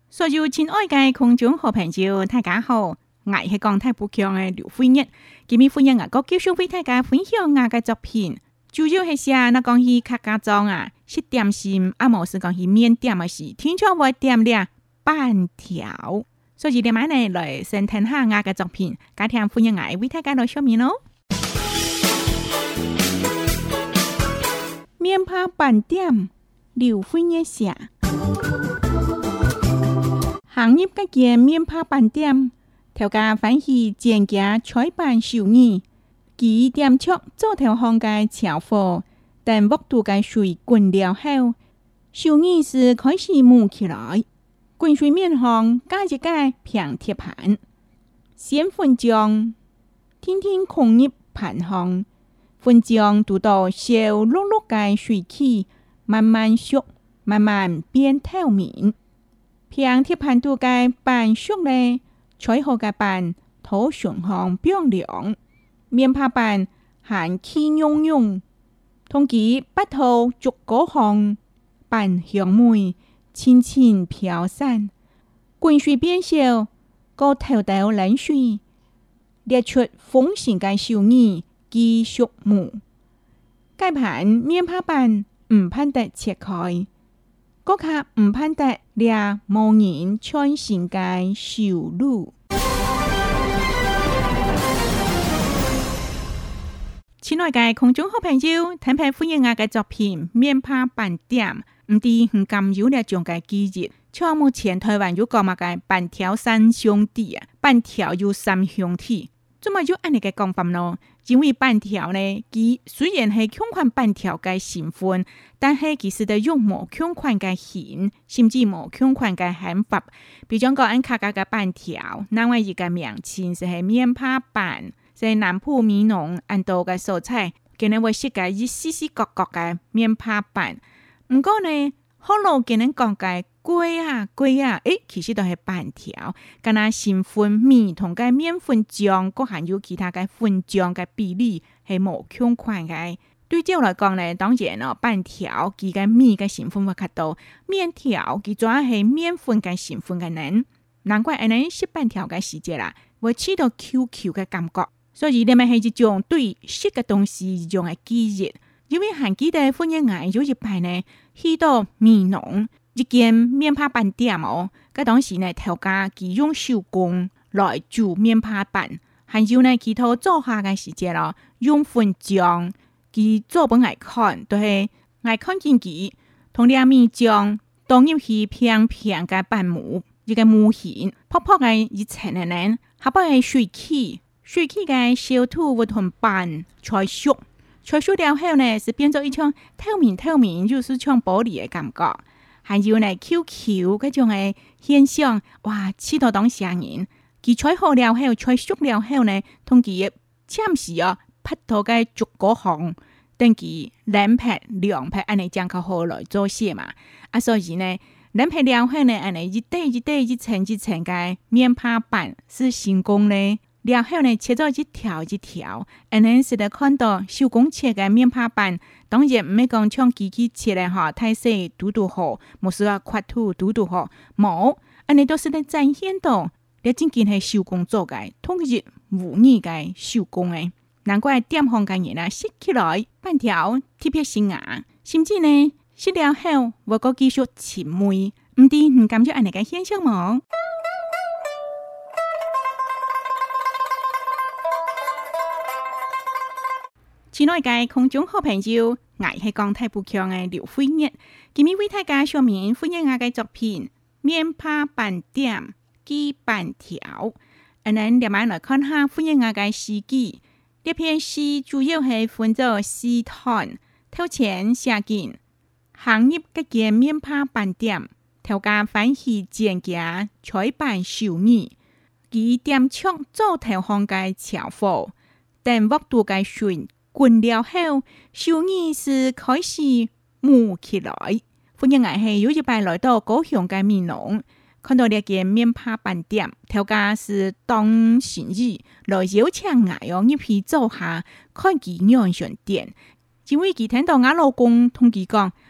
所有親愛嘅空中好朋友，大家好，我係講太不強嘅劉惠月。今日歡迎我個繼續為大家分享我嘅作品，主要係寫那講起客家莊啊，食點心啊，冇是講起麵點嘅事，聽說我點了板條，所以今日呢來先聽下我嘅作品，家庭歡迎我為大家來說明咯。麵拍板點，劉惠月寫。行業嘅件麵拍板點，頭家歡喜煎夾菜板手藝，幾點桌做條行嘅炒貨，等鑊度嘅水滾了後，手藝是開始冒起來，滾水面上加一個平鐵盤，先粉漿，天天空入盤上，粉漿渡到小碌碌嘅水起，慢慢熟，慢慢變透明。平鐵盤度嘅板熟咧，菜好嘅板土上行冰涼，麵拍板含氣溶溶，同其北頭逐個行板香梅，輕輕飄散，滾水變小，個頭頭冷水，列出豐盛嘅手藝技術母。該盤麵拍板唔盼得切開。嗰卡唔盼得倆無人穿成嘅小路。親愛嘅空中好朋友，睇睇歡迎我嘅作品麵拍板點，唔知唔咁有呢種嘅記憶。像目前台灣有講乜嘅板條三兄弟啊，板條有三兄弟，做乜有安尼嘅講法咯？因為板條呢，佢雖然係同款板條嘅成分，但係其實都用無同款嘅形，甚至無同款嘅hand法。比如講按客家嘅板條，另外一個名稱是係麵拍板，係南部美濃按道嘅素材，今日會設計一絲絲角角嘅麵拍板。唔過呢，後來今日講嘅粿啊，其實都係板條，咁啊成分米同嘅麵粉漿，各含有其他嘅粉漿嘅比例係無相款嘅。對照來講呢，當然咯，板條佢嘅米嘅成分會較多，麵條佢主要係麵粉嘅成分嘅能，難怪安尼食板條嘅時節啦，會吃到 QQ 嘅感覺。所以你咪係一種對食嘅東西一種嘅記憶，因為還記得歡迎我有一排呢去到美濃。一間麵拍板店哦，嗰當時呢頭家佢用手工來做麵拍板，還有呢其他做下嘅時節咯，用粉漿佢做本來看，都係我看見佢同啲米漿當入去平平嘅板模，一個模型泡泡嘅一層嘅呢，下邊係水起嘅小土會同板才熟了後呢，是變做一種透明，就是像玻璃嘅感覺。還有呢 QQ 嗰種嘅現象，哇！吃到當時人，佢吹好了後，吹熟了後呢，同佢暫時拍到嘅逐個行，等佢兩拍兩拍，安尼將佢好來做些嘛。所以呢，兩拍了後呢，安尼一層一層嘅麵拍板是成功呢。了後呢，切咗一條，安尼是得看到手工切嘅麵拍板。當然唔係講像機器切咧嚇，太細嘟好，冇說話闊土嘟好，冇，安尼都是得展現到你真件係手工做嘅，統一無二嘅手工嘅。難怪店行嘅人啊，食起來板條特別鮮硬，甚至呢食了後我個技術前輩，唔知唔感覺安尼嘅現象冇？親愛嘅空中好朋友，我係講太不強嘅劉惠月，今日為大家說明歡迎我嘅作品麵拍板點記板條。咱連埋來看下歡迎我嘅詩句，呢篇詩主要係分做四段，頭前寫緊行業嘅件麵拍板點，頭家歡喜煎夾菜板手藝，佢點出做頭行嘅炒貨，等鑊度嘅水滾了後，手藝是開始冒起來。歡迎我係有一擺來到高雄嘅美濃，看到呢間麵拍板店，頭家是當生意來邀請我入去做下，看佢樣樣店。因為佢聽到我老公同佢講，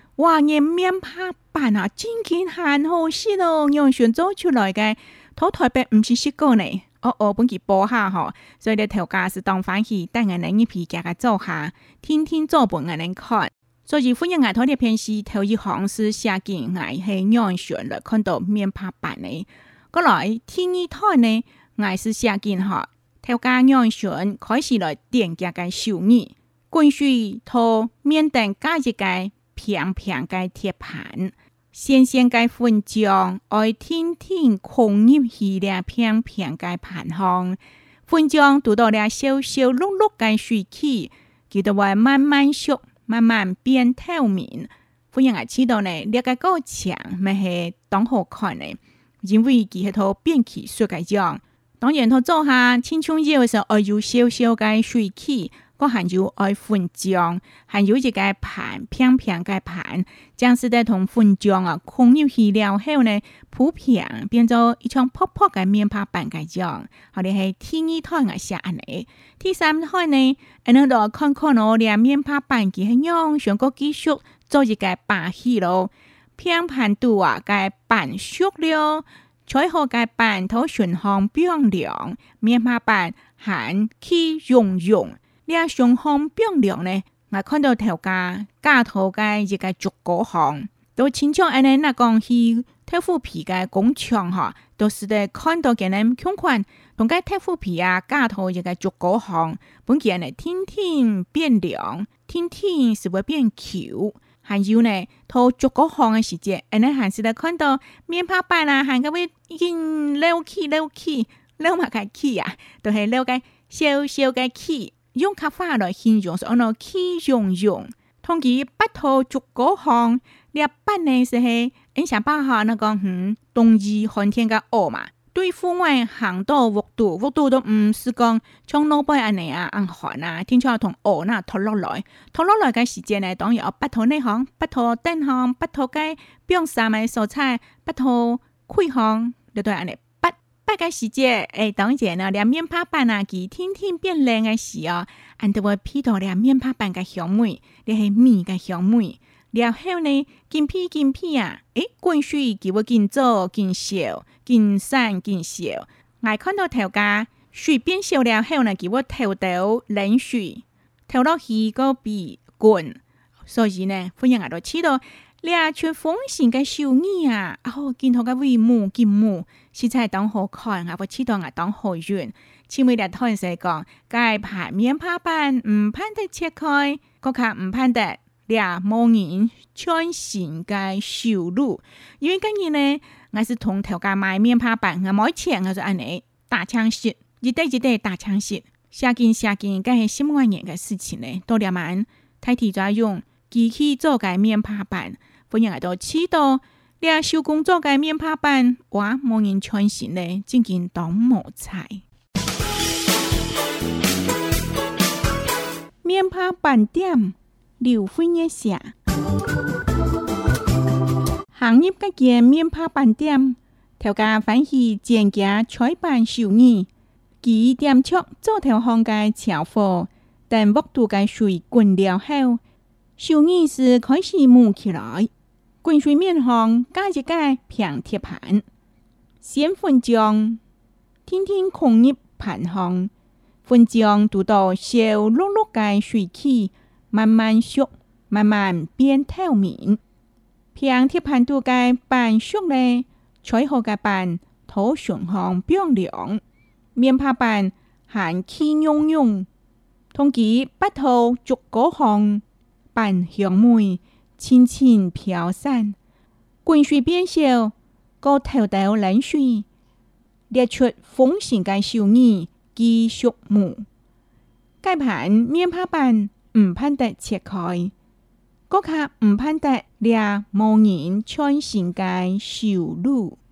哇，人面拍板啊，真紧很好食咯，杨旋做出来嘅，土台北唔是食过呢。本期播下吼，所以咧头家是当欢喜，等人一批家嘅做下，天天做本人看。所以歡迎我睇呢片是頭一行是寫見我係楊旋來看到面拍板呢。過來第二台呢，我是寫見嚇頭家楊旋開始來點架嘅手藝，滾水拖面等加一個平平嘅鐵盤，鮮鮮嘅粉漿愛天天空入去了平平嘅盤上，粉漿倒到了小小碌碌嘅水起，佢就會慢慢熟。慢慢變透明，歡迎我知道呢，呢個過程咪係當好看呢，因為佢係套變起水嘅樣。當然，佢做下青蔥葉嘅時候，愛有少少嘅水氣，個還有愛粉漿，還有一個盤平平嘅盤，將是在同粉漿啊，空入去了後呢，鋪平變做一張泡泡嘅面拍板嘅樣。我哋係第二台我寫安尼，第三台呢，我哋看看我哋面拍板佢係樣，上個技術做一個把戲咯，平盤度啊，個板熟了。最後嘅板頭順行變亮，面拍板含氣溶溶，呢順行變亮呢，我看到頭家架頭嘅一個竹果行，都親像安尼那講去豆腐皮嘅工廠嚇，都是在看到嘅人窮款，同個豆腐皮啊架頭一個竹果行，本期呢天天變亮，天天是會變球。還有呢，到竹果行嘅時節，你還是來看到面拍板啦，還個會已經溜起溜埋個起啊，都係溜個小小嘅起，用卡法來形容，所以講起溶溶。同佢八套竹果行，呢板呢是係你想把下那個冬日寒天嘅蚵嘛。對戶外行到溫度都唔是講像老闆安尼啊，寒啊，天窗同蚵那拖落來嘅時間呢，當然有八套內行、八套燈行、八套嘅冰衫嘅蔬菜、八套開行，就對安尼八個時節，當然呢，兩面拍板啊，佢天天變靚嘅時啊，俺都會批到兩面拍板嘅香味，你係米嘅香味。然後呢，見皮啊，滾水佢會見做見少見散見少。我看到頭家水變少了後呢，佢會投到冷水，投落去個鼻滾。所以呢，歡迎我都知道，兩串風扇嘅手藝啊，見到個尾木見木，實在當好看，我知道我當好遠。前面嚟睇成講，該盤面拍板唔攀得切開，個卡唔攀得。冇人穿新嘅收入，因為今日呢，我是同頭家買面拍板，我冇錢，我就安尼打槍式，一對打槍式，下件，梗係心肝人嘅事情呢，多了萬太提咗用機器做嘅面拍板，歡迎嚟到知道，手工做嘅面拍板，哇，冇人穿新呢，真見當冇菜。面拍板店。劉輝一寫行業嘅間面拍板店，頭家歡喜漸加採板手藝，佢店促做條行嘅炒貨，等溫度嘅水滾了後，手藝是開始冒起來，滾水面上加一個平鐵盤，先粉漿天天空入盤上，粉漿倒到小碌碌嘅水起。慢慢熟，慢慢變透明。平鐵盤度嘅板熟呢，最後嘅板頭順行變亮，面拍板含氣溶溶，同佢八套竹果行板香味，輕輕飄散。滾水變少，個頭到冷水，列出風扇嘅手藝技術母。該盤面拍板。唔攀得切開，嗰卡唔攀得倆無人穿新嘅收入。